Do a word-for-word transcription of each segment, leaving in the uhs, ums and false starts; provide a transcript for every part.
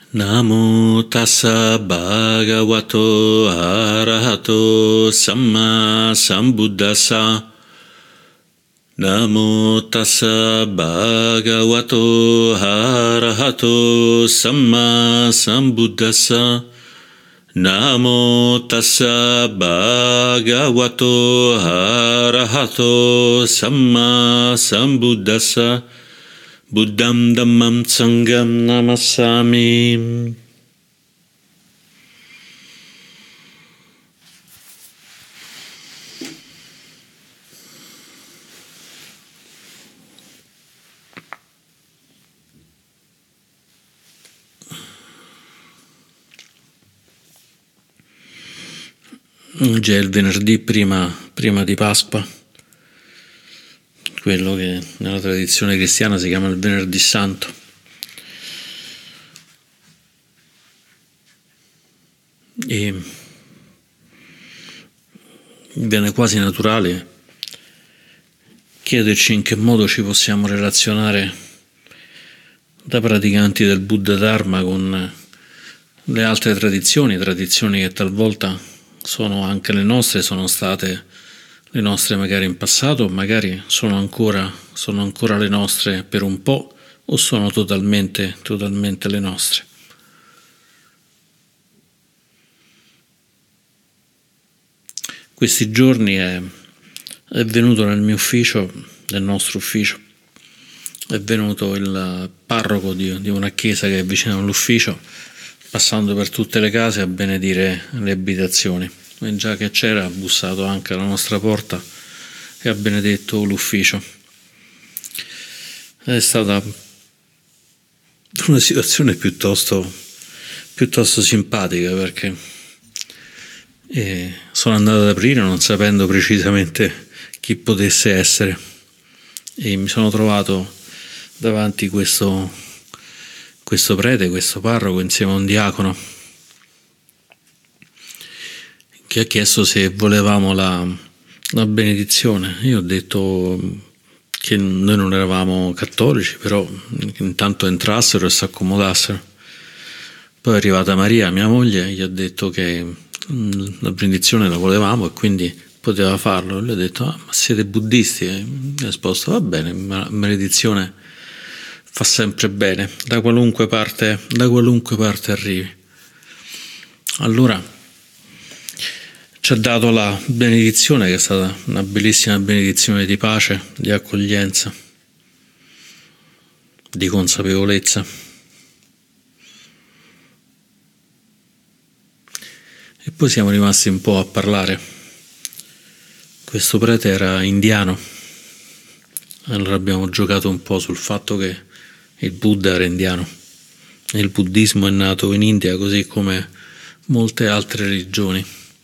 Namo tassa bhagavato arahato samma sambuddhassa. Namo tassa bhagavato arahato samma sambuddhassa. Namo tassa bhagavato arahato samma sambuddhassa. Buddham dhammam sangham namassami. Oggi è il venerdì prima, prima di Pasqua, quello che nella tradizione cristiana si chiama il venerdì santo. E viene quasi naturale chiederci in che modo ci possiamo relazionare da praticanti del Buddha Dharma con le altre tradizioni, tradizioni che talvolta sono anche le nostre, sono state le nostre magari in passato, magari sono ancora, sono ancora le nostre per un po', o sono totalmente, totalmente le nostre. Questi giorni è, è venuto nel mio ufficio, nel nostro ufficio, è venuto il parroco di, di una chiesa che è vicino all'ufficio, passando per tutte le case a benedire le abitazioni. E già che c'era, ha bussato anche alla nostra porta e ha benedetto l'ufficio. È stata una situazione piuttosto, piuttosto simpatica, perché eh, sono andato ad aprire non sapendo precisamente chi potesse essere e mi sono trovato davanti questo, questo prete, questo parroco insieme a un diacono, che ha chiesto se volevamo la, la benedizione. Io ho detto che noi non eravamo cattolici, però intanto entrassero e si accomodassero. Poi è arrivata Maria, mia moglie, e gli ha detto che la benedizione la volevamo e quindi poteva farlo. E lui ha detto: ah, ma siete buddisti? E mi ha risposto: va bene, ma la benedizione fa sempre bene, da qualunque parte, da qualunque parte arrivi. Allora ci ha dato la benedizione, che è stata una bellissima benedizione di pace, di accoglienza, di consapevolezza. E poi siamo rimasti un po' a parlare. Questo prete era indiano, allora abbiamo giocato un po' sul fatto che il Buddha era indiano e il buddismo è nato in India, così come molte altre religioni.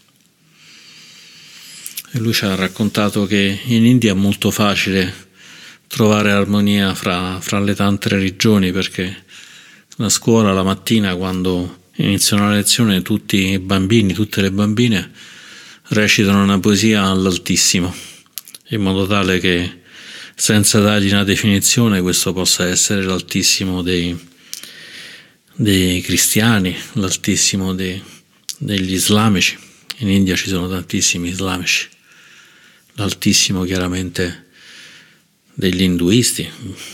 E lui ci ha raccontato che in India è molto facile trovare armonia fra, fra le tante religioni, perché a scuola la mattina, quando iniziano la lezione, tutti i bambini, tutte le bambine recitano una poesia all'Altissimo, in modo tale che, senza dargli una definizione, questo possa essere l'Altissimo dei, dei cristiani, l'Altissimo dei, degli islamici. In India ci sono tantissimi islamici. L'Altissimo chiaramente degli induisti,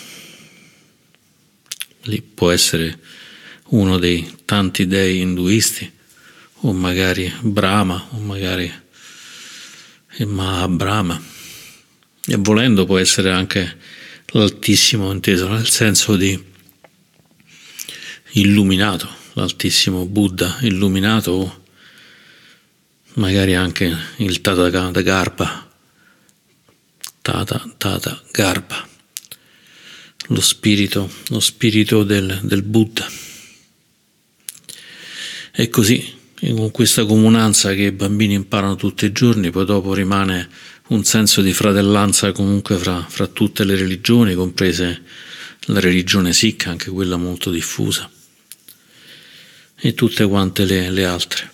lì può essere uno dei tanti dei induisti, o magari Brahma, o magari il Mahabrahma, e volendo può essere anche l'Altissimo inteso nel senso di illuminato, l'Altissimo Buddha illuminato, o magari anche il Tathagata, Tata, Tata, Garba, lo spirito, lo spirito del, del Buddha. E così, con questa comunanza che i bambini imparano tutti i giorni, poi dopo rimane un senso di fratellanza comunque fra, fra tutte le religioni, comprese la religione Sikh, anche quella molto diffusa, e tutte quante le, le altre.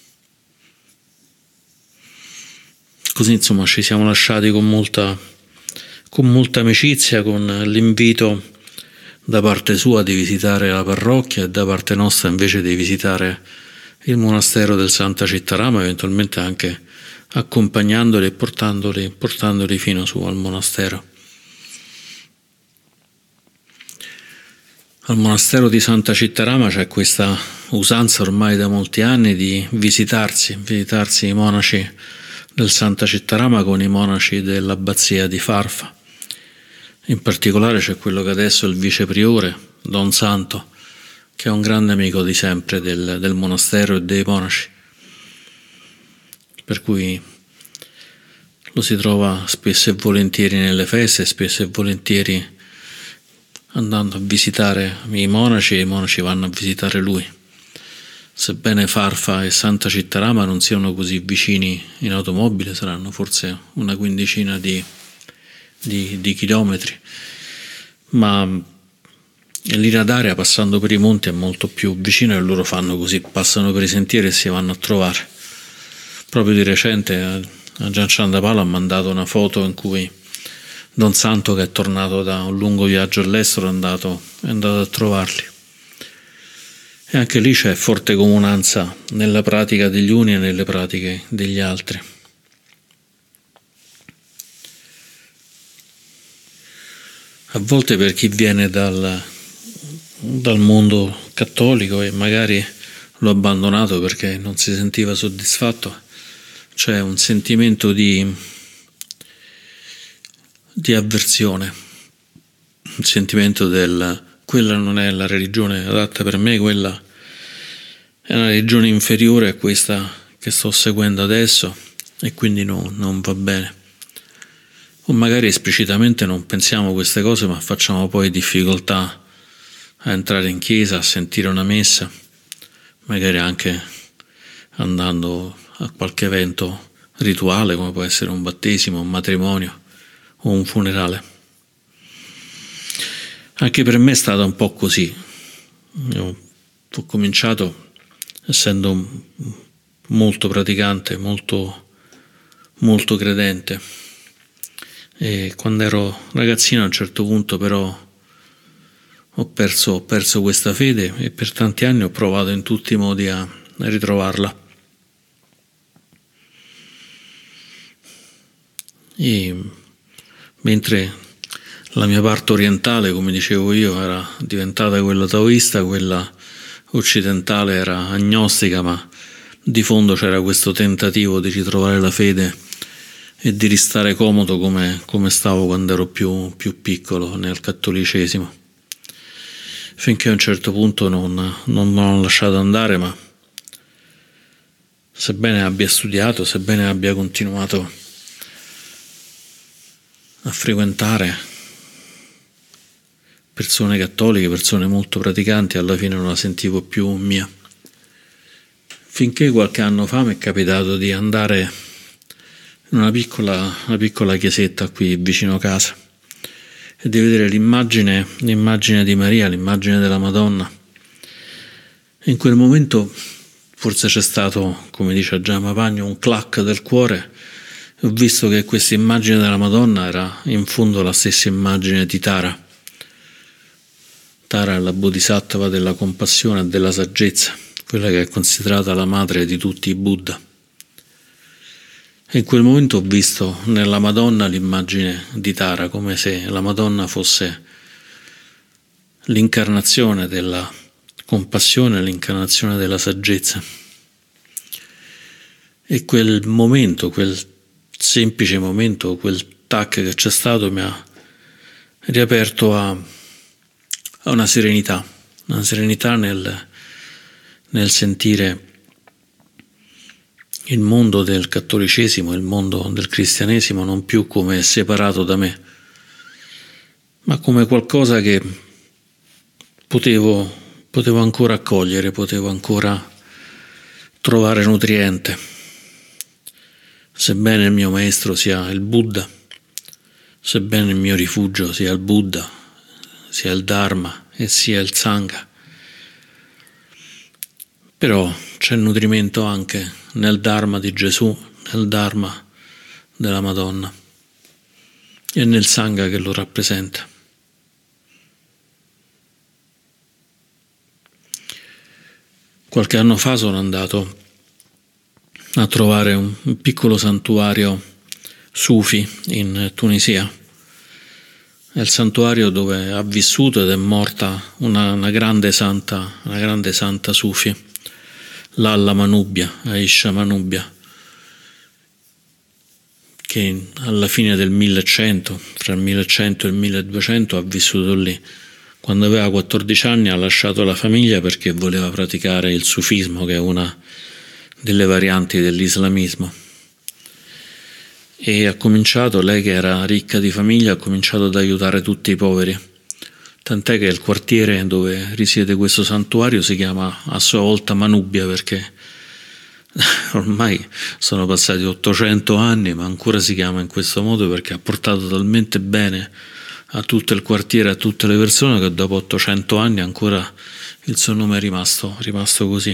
Così insomma ci siamo lasciati con molta, con molta amicizia, con l'invito da parte sua di visitare la parrocchia e da parte nostra invece di visitare il monastero del Santa Cittarama, eventualmente anche accompagnandoli e portandoli, portandoli fino su al monastero. Al monastero di Santa Cittarama c'è questa usanza ormai da molti anni di visitarsi, visitarsi i monaci del Santa Cittarama con i monaci dell'abbazia di Farfa. In particolare c'è quello che adesso è il vicepriore, Don Santo, che è un grande amico di sempre del, del monastero e dei monaci, per cui lo si trova spesso e volentieri nelle feste, spesso e volentieri andando a visitare i monaci e i monaci vanno a visitare lui. Sebbene Farfa e Santa Cittarama non siano così vicini in automobile, saranno forse una quindicina di, di, di chilometri, ma in linea d'aria passando per i monti è molto più vicino e loro fanno così, passano per i sentieri e si vanno a trovare. Proprio di recente a Gian Ciandapalo ha mandato una foto in cui Don Santo, che è tornato da un lungo viaggio all'estero, è andato, è andato a trovarli. E anche lì c'è forte comunanza nella pratica degli uni e nelle pratiche degli altri. A volte per chi viene dal, dal mondo cattolico e magari l'ho abbandonato perché non si sentiva soddisfatto, c'è un sentimento di di avversione, il sentimento del quella non è la religione adatta per me, quella è una religione inferiore a questa che sto seguendo adesso e quindi no, non va bene. O magari esplicitamente non pensiamo queste cose, ma facciamo poi difficoltà a entrare in chiesa, a sentire una messa, magari anche andando a qualche evento rituale come può essere un battesimo, un matrimonio o un funerale. Anche per me è stata un po' così. Io ho cominciato essendo molto praticante, molto, molto credente, e quando ero ragazzino a un certo punto però ho perso, ho perso questa fede e per tanti anni ho provato in tutti i modi a, a ritrovarla. E mentre la mia parte orientale, come dicevo io, era diventata quella taoista, quella occidentale era agnostica, ma di fondo c'era questo tentativo di ritrovare la fede e di restare comodo come, come stavo quando ero più, più piccolo nel cattolicesimo, finché a un certo punto non, non, non ho lasciato andare, ma sebbene abbia studiato, sebbene abbia continuato a frequentare persone cattoliche, persone molto praticanti, alla fine non la sentivo più mia. Finché qualche anno fa mi è capitato di andare in una piccola, una piccola chiesetta qui vicino casa e di vedere l'immagine, l'immagine di Maria, l'immagine della Madonna. E in quel momento forse c'è stato, come dice Gemma Pagno, un clac del cuore. Ho visto che questa immagine della Madonna era in fondo la stessa immagine di Tara. Tara è la bodhisattva della compassione e della saggezza, quella che è considerata la madre di tutti i Buddha. E in quel momento ho visto nella Madonna l'immagine di Tara, come se la Madonna fosse l'incarnazione della compassione, l'incarnazione della saggezza. E quel momento, quel semplice momento, quel tac che c'è stato mi ha riaperto a, a una serenità, una serenità nel, nel sentire il mondo del cattolicesimo, il mondo del cristianesimo non più come separato da me, ma come qualcosa che potevo, potevo ancora accogliere, potevo ancora trovare nutriente. Sebbene il mio maestro sia il Buddha, sebbene il mio rifugio sia il Buddha, sia il Dharma e sia il Sangha, però c'è nutrimento anche nel Dharma di Gesù, nel Dharma della Madonna e nel Sangha che lo rappresenta. Qualche anno fa sono andato a trovare un, un piccolo santuario sufi in Tunisia. È il santuario dove ha vissuto ed è morta una, una grande santa, una grande santa sufi, Lalla Manubia, Aisha Manubia, che alla fine del millecento, fra il millecento e il milleduecento, ha vissuto lì. Quando aveva quattordici anni ha lasciato la famiglia perché voleva praticare il sufismo, che è una delle varianti dell'islamismo. E ha cominciato, lei che era ricca di famiglia, ha cominciato ad aiutare tutti i poveri. Tant'è che il quartiere dove risiede questo santuario si chiama a sua volta Manubia, perché ormai sono passati ottocento anni, ma ancora si chiama in questo modo perché ha portato talmente bene a tutto il quartiere, a tutte le persone, che dopo ottocento anni ancora il suo nome è rimasto, rimasto così.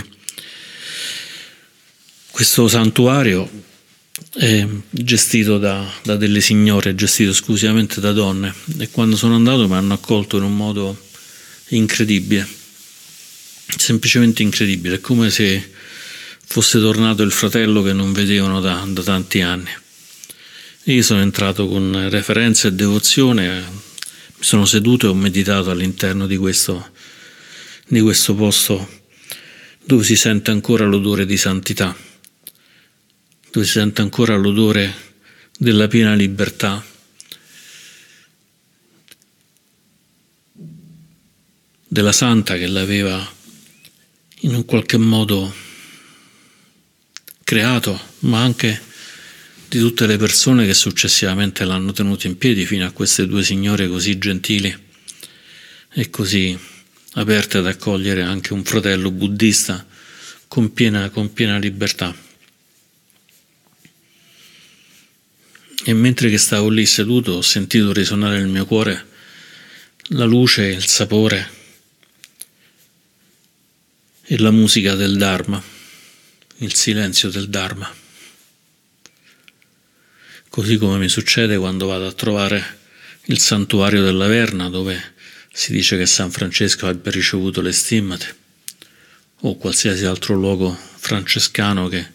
Questo santuario è gestito da, da delle signore, è gestito esclusivamente da donne, e quando sono andato mi hanno accolto in un modo incredibile, semplicemente incredibile, è come se fosse tornato il fratello che non vedevano da, da tanti anni. E io sono entrato con reverenza e devozione, mi sono seduto e ho meditato all'interno di questo, di questo posto dove si sente ancora l'odore di santità, dove si sente ancora l'odore della piena libertà, della santa che l'aveva in un qualche modo creato, ma anche di tutte le persone che successivamente l'hanno tenuto in piedi, fino a queste due signore così gentili e così aperte ad accogliere anche un fratello buddista con piena, con piena libertà. E mentre che stavo lì seduto ho sentito risuonare nel mio cuore la luce, il sapore e la musica del Dharma, il silenzio del Dharma. Così come mi succede quando vado a trovare il santuario della Verna, dove si dice che San Francesco abbia ricevuto le stimmate, o qualsiasi altro luogo francescano che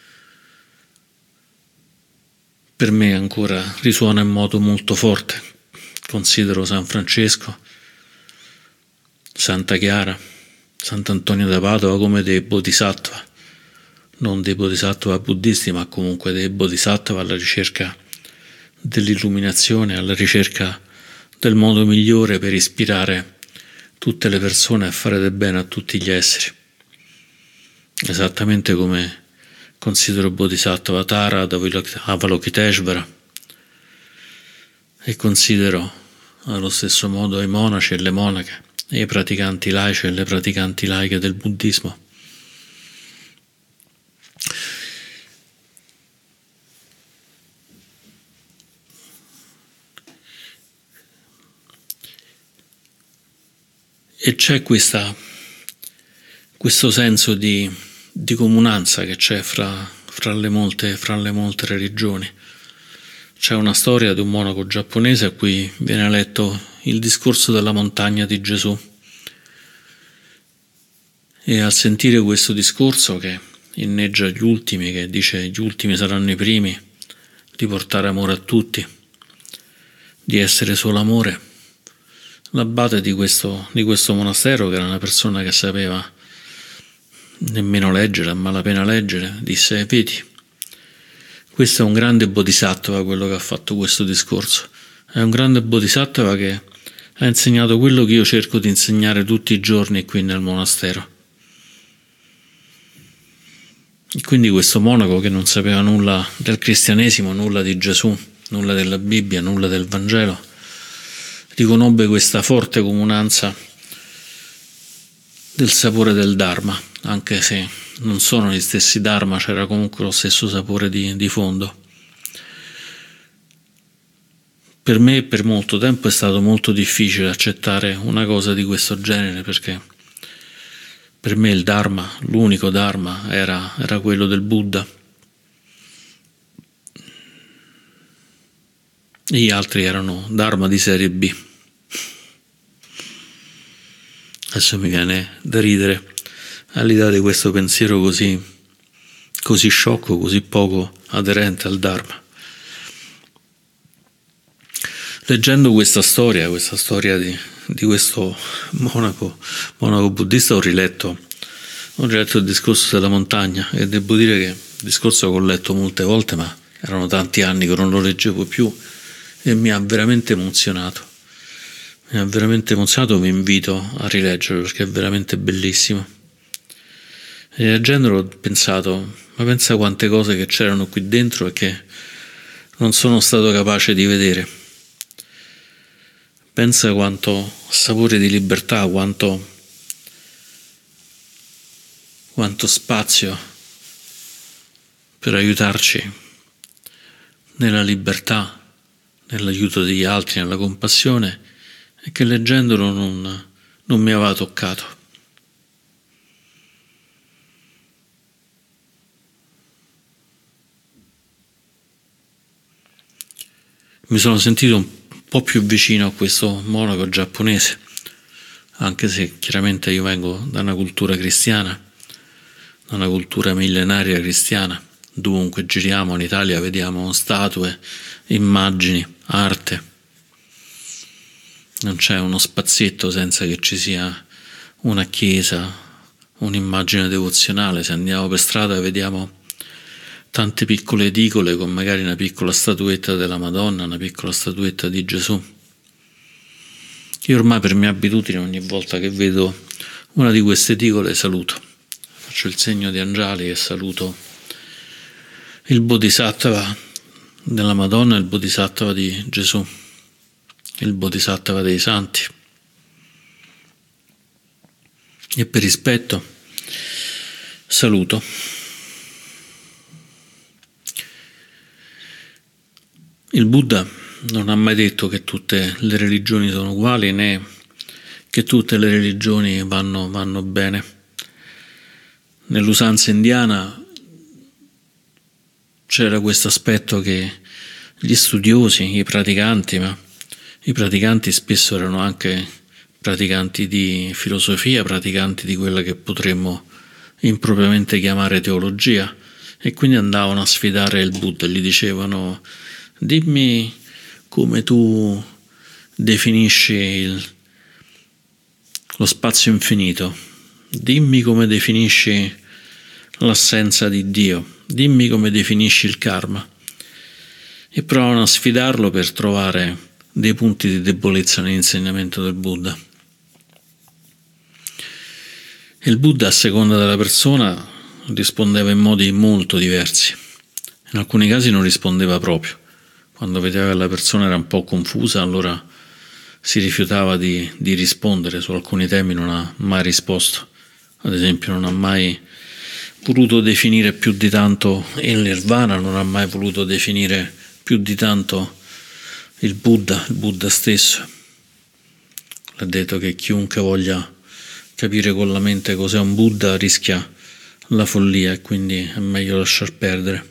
per me ancora risuona in modo molto forte. Considero San Francesco, Santa Chiara, Sant'Antonio da Padova come dei bodhisattva, non dei bodhisattva buddisti, ma comunque dei bodhisattva alla ricerca dell'illuminazione, alla ricerca del modo migliore per ispirare tutte le persone a fare del bene a tutti gli esseri. Esattamente come considero Bodhisattva Tara Avalokiteshvara, e considero allo stesso modo i monaci e le monache, e i praticanti laici e le praticanti laiche del buddismo. E c'è questa, questo senso di, di comunanza che c'è fra, fra, le molte, fra le molte religioni. C'è una storia di un monaco giapponese a cui viene letto il discorso della montagna di Gesù, e al sentire questo discorso che inneggia gli ultimi, che dice gli ultimi saranno i primi, di portare amore a tutti, di essere solo amore, l'abate di questo, di questo monastero, che era una persona che sapeva nemmeno leggere, a malapena leggere, disse: vedi, questo è un grande bodhisattva, quello che ha fatto questo discorso, è un grande bodhisattva che ha insegnato quello che io cerco di insegnare tutti i giorni qui nel monastero. E quindi questo monaco, che non sapeva nulla del cristianesimo, nulla di Gesù, nulla della Bibbia, nulla del Vangelo, riconobbe questa forte comunanza del sapore del Dharma, anche se non sono gli stessi Dharma, c'era comunque lo stesso sapore di, di fondo. Per me per molto tempo è stato molto difficile accettare una cosa di questo genere, perché per me il Dharma, l'unico Dharma, era, era quello del Buddha. E gli altri erano Dharma di serie B. Adesso mi viene da ridere all'idea di questo pensiero così, così sciocco, così poco aderente al Dharma. Leggendo questa storia, questa storia di, di questo monaco, monaco buddista, ho riletto, ho riletto il discorso della montagna e devo dire che il discorso che ho letto molte volte, ma erano tanti anni che non lo leggevo più e mi ha veramente emozionato. Mi ha veramente emozionato, vi invito a rileggerlo perché è veramente bellissimo. E leggendolo ho pensato, ma pensa quante cose che c'erano qui dentro e che non sono stato capace di vedere. Pensa quanto sapore di libertà, quanto, quanto spazio per aiutarci nella libertà, nell'aiuto degli altri, nella compassione, e che leggendolo non, non mi aveva toccato. Mi sono sentito un po' più vicino a questo monaco giapponese, anche se chiaramente io vengo da una cultura cristiana, da una cultura millenaria cristiana. Dovunque giriamo in Italia vediamo statue, immagini, arte. Non c'è uno spazietto senza che ci sia una chiesa, un'immagine devozionale. Se andiamo per strada vediamo tante piccole edicole con magari una piccola statuetta della Madonna, una piccola statuetta di Gesù. Io ormai per mia abitudine ogni volta che vedo una di queste edicole saluto. Faccio il segno di Anjali e saluto il Bodhisattva della Madonna e il Bodhisattva di Gesù, il Bodhisattva dei Santi. E per rispetto saluto. Il Buddha non ha mai detto che tutte le religioni sono uguali, né che tutte le religioni vanno, vanno bene. Nell'usanza indiana c'era questo aspetto che gli studiosi, i praticanti, ma i praticanti spesso erano anche praticanti di filosofia, praticanti di quella che potremmo impropriamente chiamare teologia, e quindi andavano a sfidare il Buddha e gli dicevano: dimmi come tu definisci il, lo spazio infinito, dimmi come definisci l'assenza di Dio, dimmi come definisci il karma. E provavano a sfidarlo per trovare dei punti di debolezza nell'insegnamento del Buddha. E il Buddha, a seconda della persona, rispondeva in modi molto diversi. In alcuni casi non rispondeva proprio. Quando vedeva che la persona era un po' confusa, allora si rifiutava di, di rispondere. Su alcuni temi non ha mai risposto. Ad esempio, non ha mai voluto definire più di tanto il Nirvana, non ha mai voluto definire più di tanto il Buddha, il Buddha stesso. Ha detto che chiunque voglia capire con la mente cos'è un Buddha rischia la follia, e quindi è meglio lasciar perdere.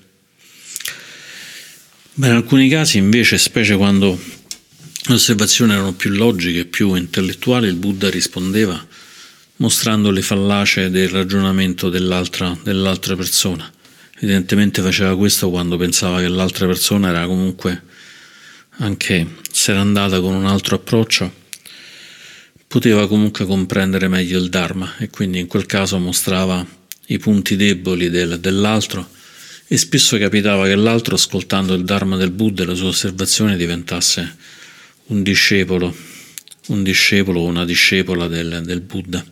Ma in alcuni casi invece, specie quando le osservazioni erano più logiche, più intellettuali, il Buddha rispondeva mostrando le fallacie del ragionamento dell'altra, dell'altra persona. Evidentemente faceva questo quando pensava che l'altra persona era comunque, anche se era andata con un altro approccio, poteva comunque comprendere meglio il Dharma, e quindi in quel caso mostrava i punti deboli del, dell'altro, e spesso capitava che l'altro, ascoltando il Dharma del Buddha e le sue osservazioni, diventasse un discepolo, un discepolo o una discepola del, del Buddha.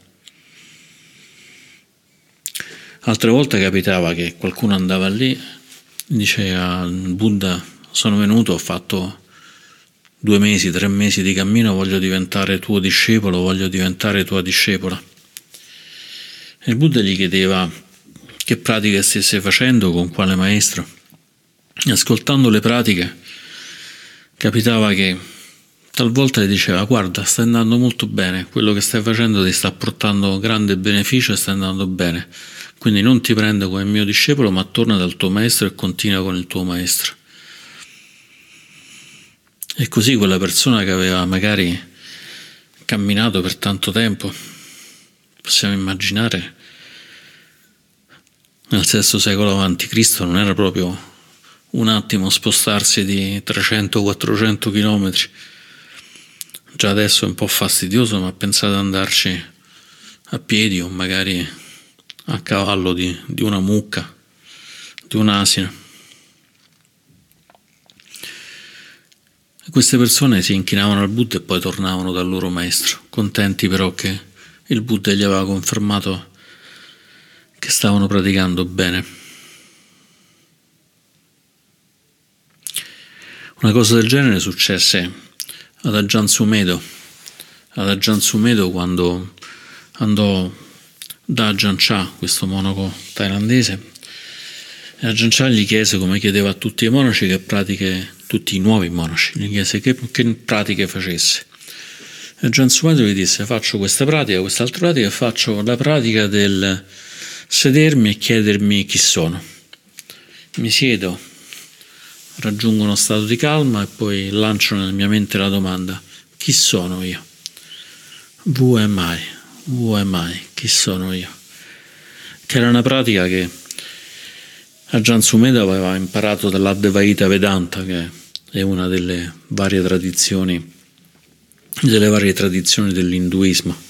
Altre volte capitava che qualcuno andava lì, diceva: Buddha, sono venuto, ho fatto due mesi, tre mesi di cammino, voglio diventare tuo discepolo, voglio diventare tua discepola. E il Buddha gli chiedeva che pratiche stesse facendo, con quale maestro. E ascoltando le pratiche capitava che talvolta gli diceva: guarda, stai andando molto bene, quello che stai facendo ti sta portando grande beneficio e sta andando bene, quindi non ti prendo come mio discepolo, ma torna dal tuo maestro e continua con il tuo maestro. E così quella persona che aveva magari camminato per tanto tempo, possiamo immaginare nel sesto secolo avanti Cristo non era proprio un attimo spostarsi di trecento quattrocento chilometri. Già adesso è un po' fastidioso, ma pensate ad andarci a piedi o magari a cavallo di, di una mucca, di un asino. E queste persone si inchinavano al Buddha e poi tornavano dal loro maestro, contenti però che il Buddha gli aveva confermato che stavano praticando bene. Una cosa del genere successe ad Ajahn Sumedho, ad Ajahn Sumedho quando andò da Ajahn Chah, questo monaco thailandese, e Ajahn Chah gli chiese, come chiedeva a tutti i monaci, che pratiche, tutti i nuovi monaci, gli chiese che, che pratiche facesse. E Ajahn Sumedho gli disse: faccio questa pratica, quest'altra pratica, e faccio la pratica del sedermi e chiedermi chi sono. Mi siedo, raggiungo uno stato di calma e poi lancio nella mia mente la domanda: chi sono io? Who am I? Who am I? Chi sono io? Che era una pratica che Ajahn Sumedho aveva imparato dall'Advaita Vedanta, che è una delle varie tradizioni, delle varie tradizioni dell'induismo.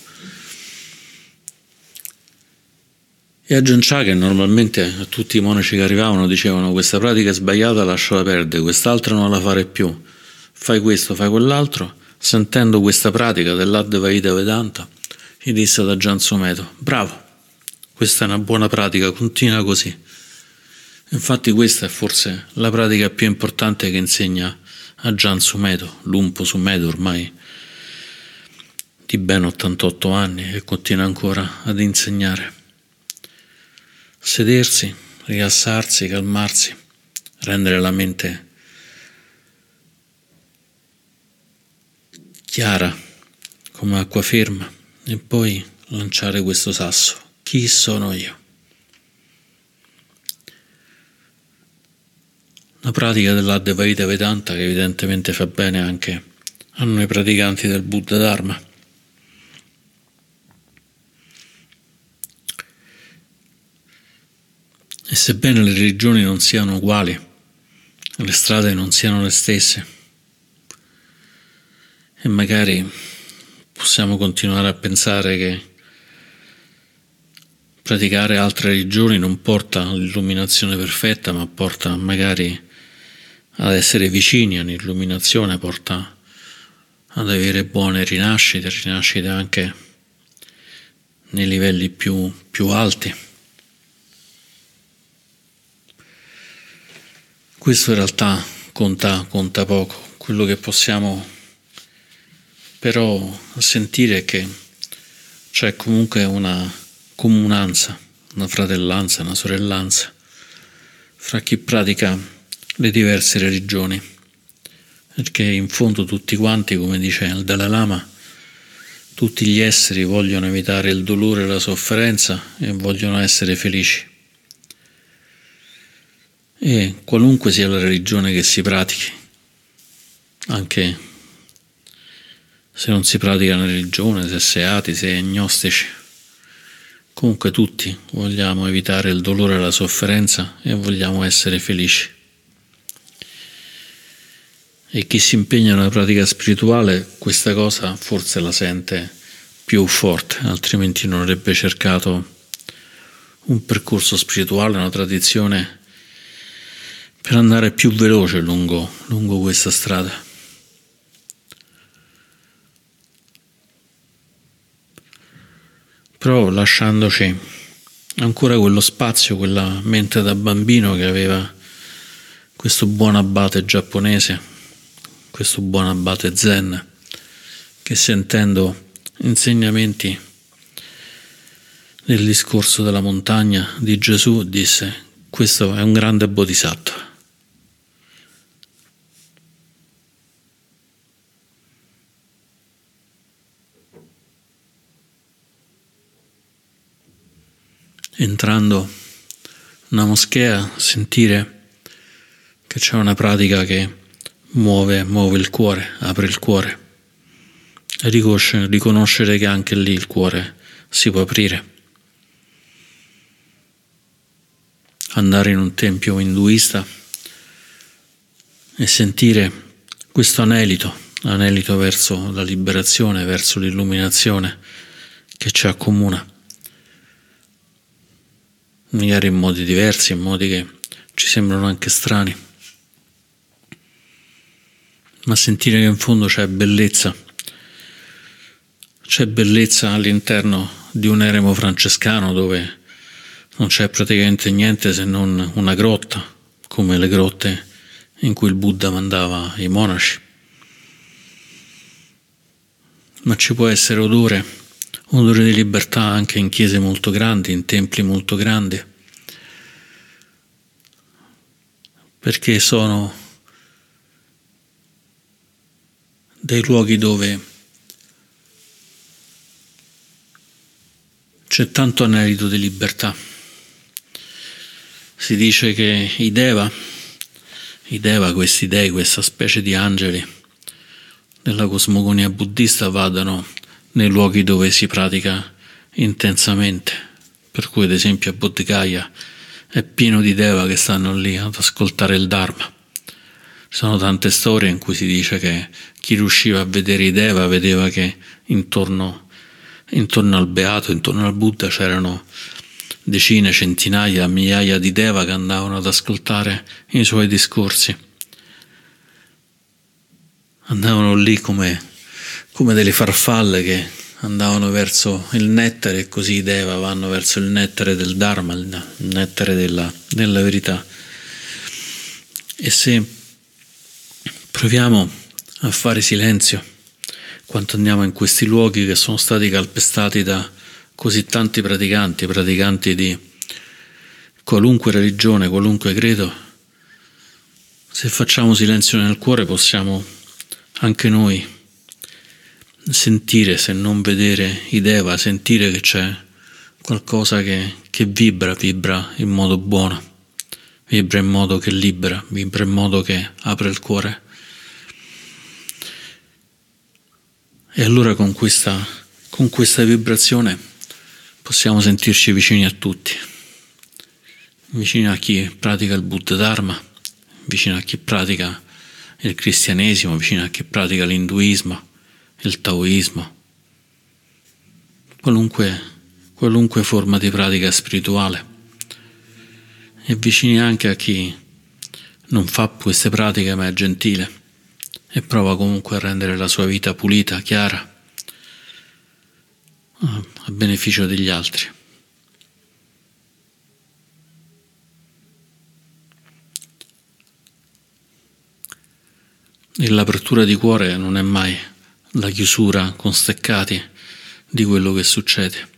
E Ajahn Chah, che normalmente a tutti i monaci che arrivavano dicevano: questa pratica è sbagliata, lasciala perdere, quest'altra non la fare più, fai questo, fai quell'altro, sentendo questa pratica dell'Advaita Vedanta, gli disse ad Ajahn Sumedho: bravo, questa è una buona pratica, continua così. Infatti questa è forse la pratica più importante che insegna Ajahn Sumedho, l'Umpo Sumedho, ormai di ben ottantotto anni, e continua ancora ad insegnare. Sedersi, rilassarsi, calmarsi, rendere la mente chiara come acqua ferma e poi lanciare questo sasso: chi sono io? Una pratica dell'Advaita Vedanta che evidentemente fa bene anche a noi praticanti del Buddha Dharma. E sebbene le religioni non siano uguali, le strade non siano le stesse, e magari possiamo continuare a pensare che praticare altre religioni non porta all'illuminazione perfetta, ma porta magari ad essere vicini all'illuminazione, porta ad avere buone rinascite, rinascite anche nei livelli più, più alti. Questo in realtà conta, conta poco. Quello che possiamo però sentire è che c'è comunque una comunanza, una fratellanza, una sorellanza fra chi pratica le diverse religioni, perché in fondo tutti quanti, come dice il Dalai Lama, tutti gli esseri vogliono evitare il dolore e la sofferenza e vogliono essere felici. E qualunque sia la religione che si pratichi, anche se non si pratica una religione, se si è atei, se è agnostici, comunque tutti vogliamo evitare il dolore e la sofferenza e vogliamo essere felici. E chi si impegna in una pratica spirituale questa cosa forse la sente più forte, altrimenti non avrebbe cercato un percorso spirituale, una tradizione, per andare più veloce lungo, lungo questa strada. Però lasciandoci ancora quello spazio, quella mente da bambino che aveva questo buon abate giapponese, questo buon abate zen, che sentendo insegnamenti del discorso della montagna di Gesù disse: questo è un grande bodhisattva. Entrando in una moschea, sentire che c'è una pratica che muove, muove il cuore, apre il cuore, e riconoscere che anche lì il cuore si può aprire. andare in un tempio induista e sentire questo anelito, anelito verso la liberazione, verso l'illuminazione che ci accomuna, magari in modi diversi, in modi che ci sembrano anche strani, ma sentire che in fondo c'è bellezza, c'è bellezza all'interno di un eremo francescano dove non c'è praticamente niente se non una grotta, come le grotte in cui il Buddha mandava i monaci. Ma ci può essere odore, odore di libertà anche in chiese molto grandi, in templi molto grandi, perché sono dei luoghi dove c'è tanto anelito di libertà. Si dice che i Deva, i Deva, questi dei, questa specie di angeli della cosmogonia buddista, vadano nei luoghi dove si pratica intensamente, per cui ad esempio a Bodh Gaya è pieno di Deva che stanno lì ad ascoltare il Dharma. Ci sono tante storie in cui si dice che chi riusciva a vedere i Deva vedeva che intorno, intorno al Beato, intorno al Buddha c'erano decine, centinaia, migliaia di Deva che andavano ad ascoltare i suoi discorsi. Andavano lì come, come delle farfalle che andavano verso il nettare, e così i Deva vanno verso il nettare del Dharma, il nettare della, della verità. E se proviamo a fare silenzio quando andiamo in questi luoghi che sono stati calpestati da così tanti praticanti, praticanti di qualunque religione, qualunque credo, se facciamo silenzio nel cuore possiamo anche noi sentire, se non vedere i Deva, sentire che c'è qualcosa che, che vibra, vibra in modo buono, vibra in modo che libera, vibra in modo che apre il cuore. E allora con questa, con questa vibrazione possiamo sentirci vicini a tutti, vicini a chi pratica il Buddha Dharma, vicino a chi pratica il cristianesimo, vicino a chi pratica l'induismo, il taoismo, qualunque, qualunque forma di pratica spirituale, e vicini anche a chi non fa queste pratiche ma è gentile e prova comunque a rendere la sua vita pulita, chiara, a beneficio degli altri. E l'apertura di cuore non è mai la chiusura con steccati di quello che succede.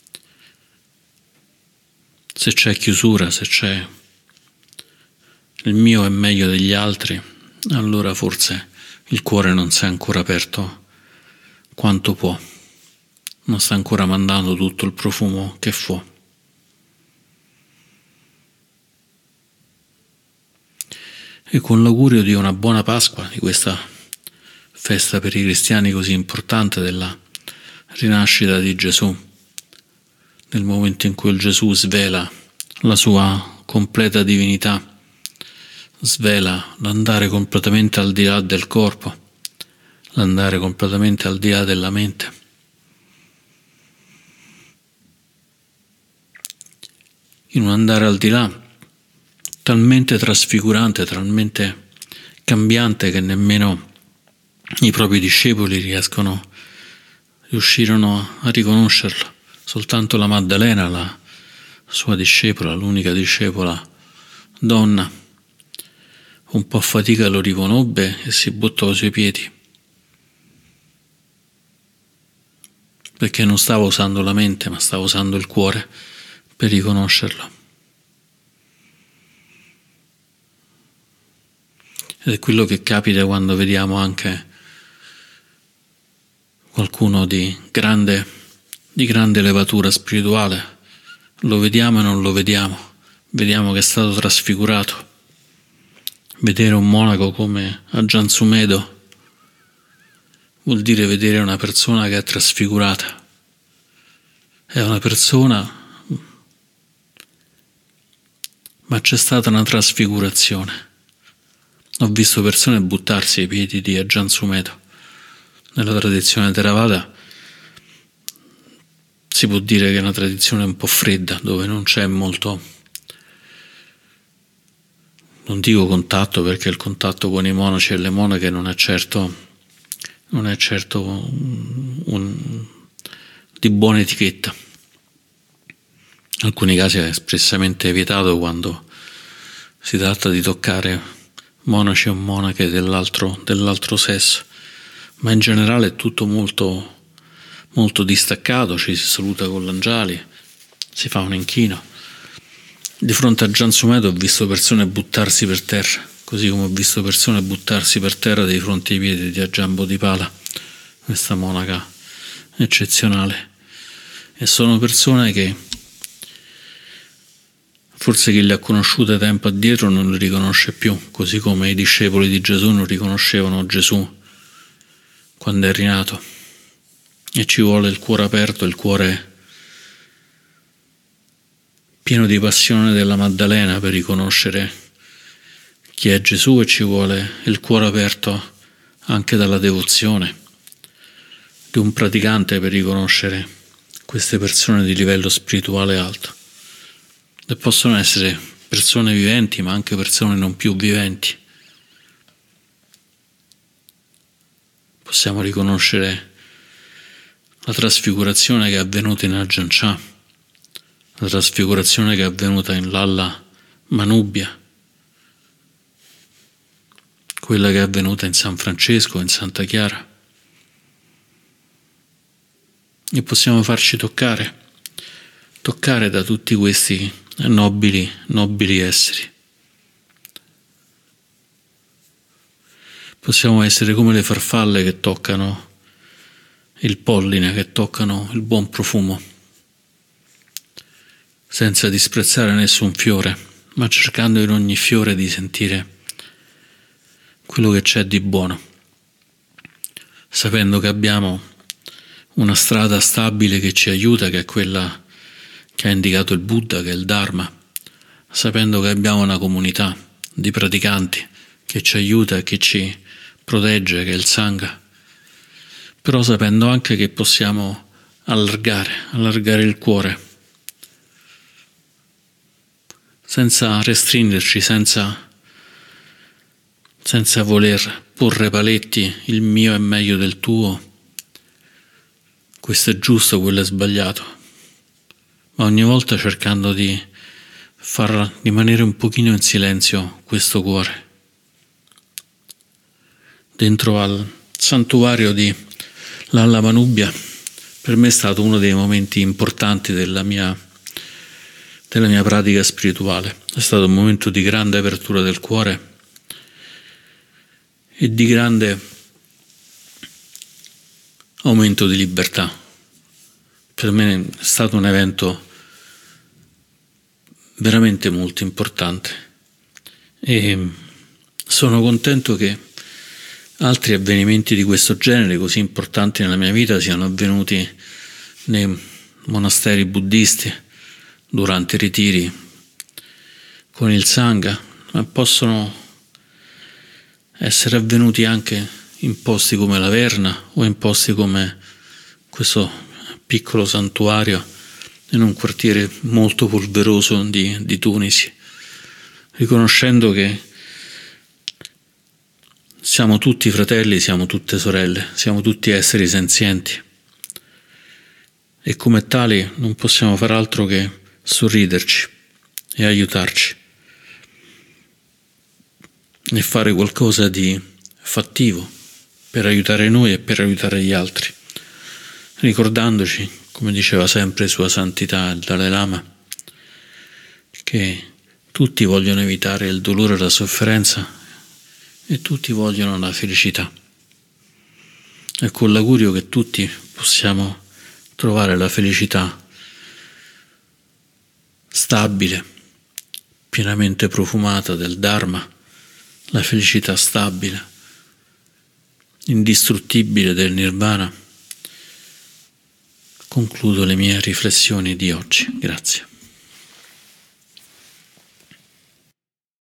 Se c'è chiusura, se c'è il mio è meglio degli altri, allora forse il cuore non si è ancora aperto quanto può, non sta ancora mandando tutto il profumo che può. E con l'augurio di una buona Pasqua, di questa festa per i cristiani così importante della rinascita di Gesù, nel momento in cui il Gesù svela la sua completa divinità, svela l'andare completamente al di là del corpo, l'andare completamente al di là della mente. In un andare al di là talmente trasfigurante, talmente cambiante che nemmeno i propri discepoli riescono, riuscirono a riconoscerlo. Soltanto la Maddalena, la sua discepola, l'unica discepola donna, un po' a fatica lo riconobbe e si buttò ai suoi piedi, perché non stava usando la mente ma stava usando il cuore per riconoscerlo. Ed è quello che capita quando vediamo anche qualcuno di grande, di grande levatura spirituale. Lo vediamo e non lo vediamo. Vediamo che è stato trasfigurato. Vedere un monaco come Ajahn Sumedho vuol dire vedere una persona che è trasfigurata. È una persona, ma c'è stata una trasfigurazione. Ho visto persone buttarsi ai piedi di Ajahn Sumedho. Nella tradizione Theravada si può dire che è una tradizione un po' fredda, dove non c'è molto, non dico contatto, perché il contatto con i monaci e le monache non è certo, non è certo un, un, di buona etichetta. In alcuni casi è espressamente vietato quando si tratta di toccare monaci o monache dell'altro, dell'altro sesso, ma in generale è tutto molto, molto distaccato, ci si saluta con l'angiali, si fa un inchino. Di fronte a Ajahn Sumedho ho visto persone buttarsi per terra, così come ho visto persone buttarsi per terra di fronte ai piedi di Ajahn Bodhipala, questa monaca eccezionale. E sono persone che forse chi le ha conosciute tempo addietro non le riconosce più, così come i discepoli di Gesù non riconoscevano Gesù quando è rinato. E ci vuole il cuore aperto, il cuore pieno di passione della Maddalena per riconoscere chi è Gesù, e ci vuole il cuore aperto anche dalla devozione di un praticante per riconoscere queste persone di livello spirituale alto. E possono essere persone viventi, ma anche persone non più viventi. Possiamo riconoscere la trasfigurazione che è avvenuta in Ajahn Chah, la trasfigurazione che è avvenuta in Lalla Manubhya, quella che è avvenuta in San Francesco, in Santa Chiara. E possiamo farci toccare, toccare da tutti questi nobili, nobili esseri. Possiamo essere come le farfalle che toccano il polline, che toccano il buon profumo, senza disprezzare nessun fiore, ma cercando in ogni fiore di sentire quello che c'è di buono, sapendo che abbiamo una strada stabile che ci aiuta, che è quella che ha indicato il Buddha, che è il Dharma, sapendo che abbiamo una comunità di praticanti che ci aiuta e che ci protegge, che è il Sangha, però sapendo anche che possiamo allargare, allargare il cuore, senza restringerci, senza, senza voler porre paletti, il mio è meglio del tuo, questo è giusto, quello è sbagliato, ma ogni volta cercando di far rimanere un pochino in silenzio questo cuore. Dentro al santuario di Lalla Manubhya, per me è stato uno dei momenti importanti della mia, della mia pratica spirituale. È stato un momento di grande apertura del cuore e di grande aumento di libertà. Per me è stato un evento veramente molto importante e sono contento che altri avvenimenti di questo genere, così importanti nella mia vita, siano avvenuti nei monasteri buddisti, durante i ritiri con il Sangha, ma possono essere avvenuti anche in posti come la Verna o in posti come questo piccolo santuario in un quartiere molto polveroso di, di Tunisi, riconoscendo che siamo tutti fratelli, siamo tutte sorelle, siamo tutti esseri senzienti e come tali non possiamo far altro che sorriderci e aiutarci e fare qualcosa di fattivo per aiutare noi e per aiutare gli altri, ricordandoci, come diceva sempre Sua Santità il Dalai Lama, che tutti vogliono evitare il dolore e la sofferenza e tutti vogliono la felicità. E con l'augurio che tutti possiamo trovare la felicità stabile, pienamente profumata del Dharma, la felicità stabile, indistruttibile del Nirvana. Concludo le mie riflessioni di oggi. Grazie.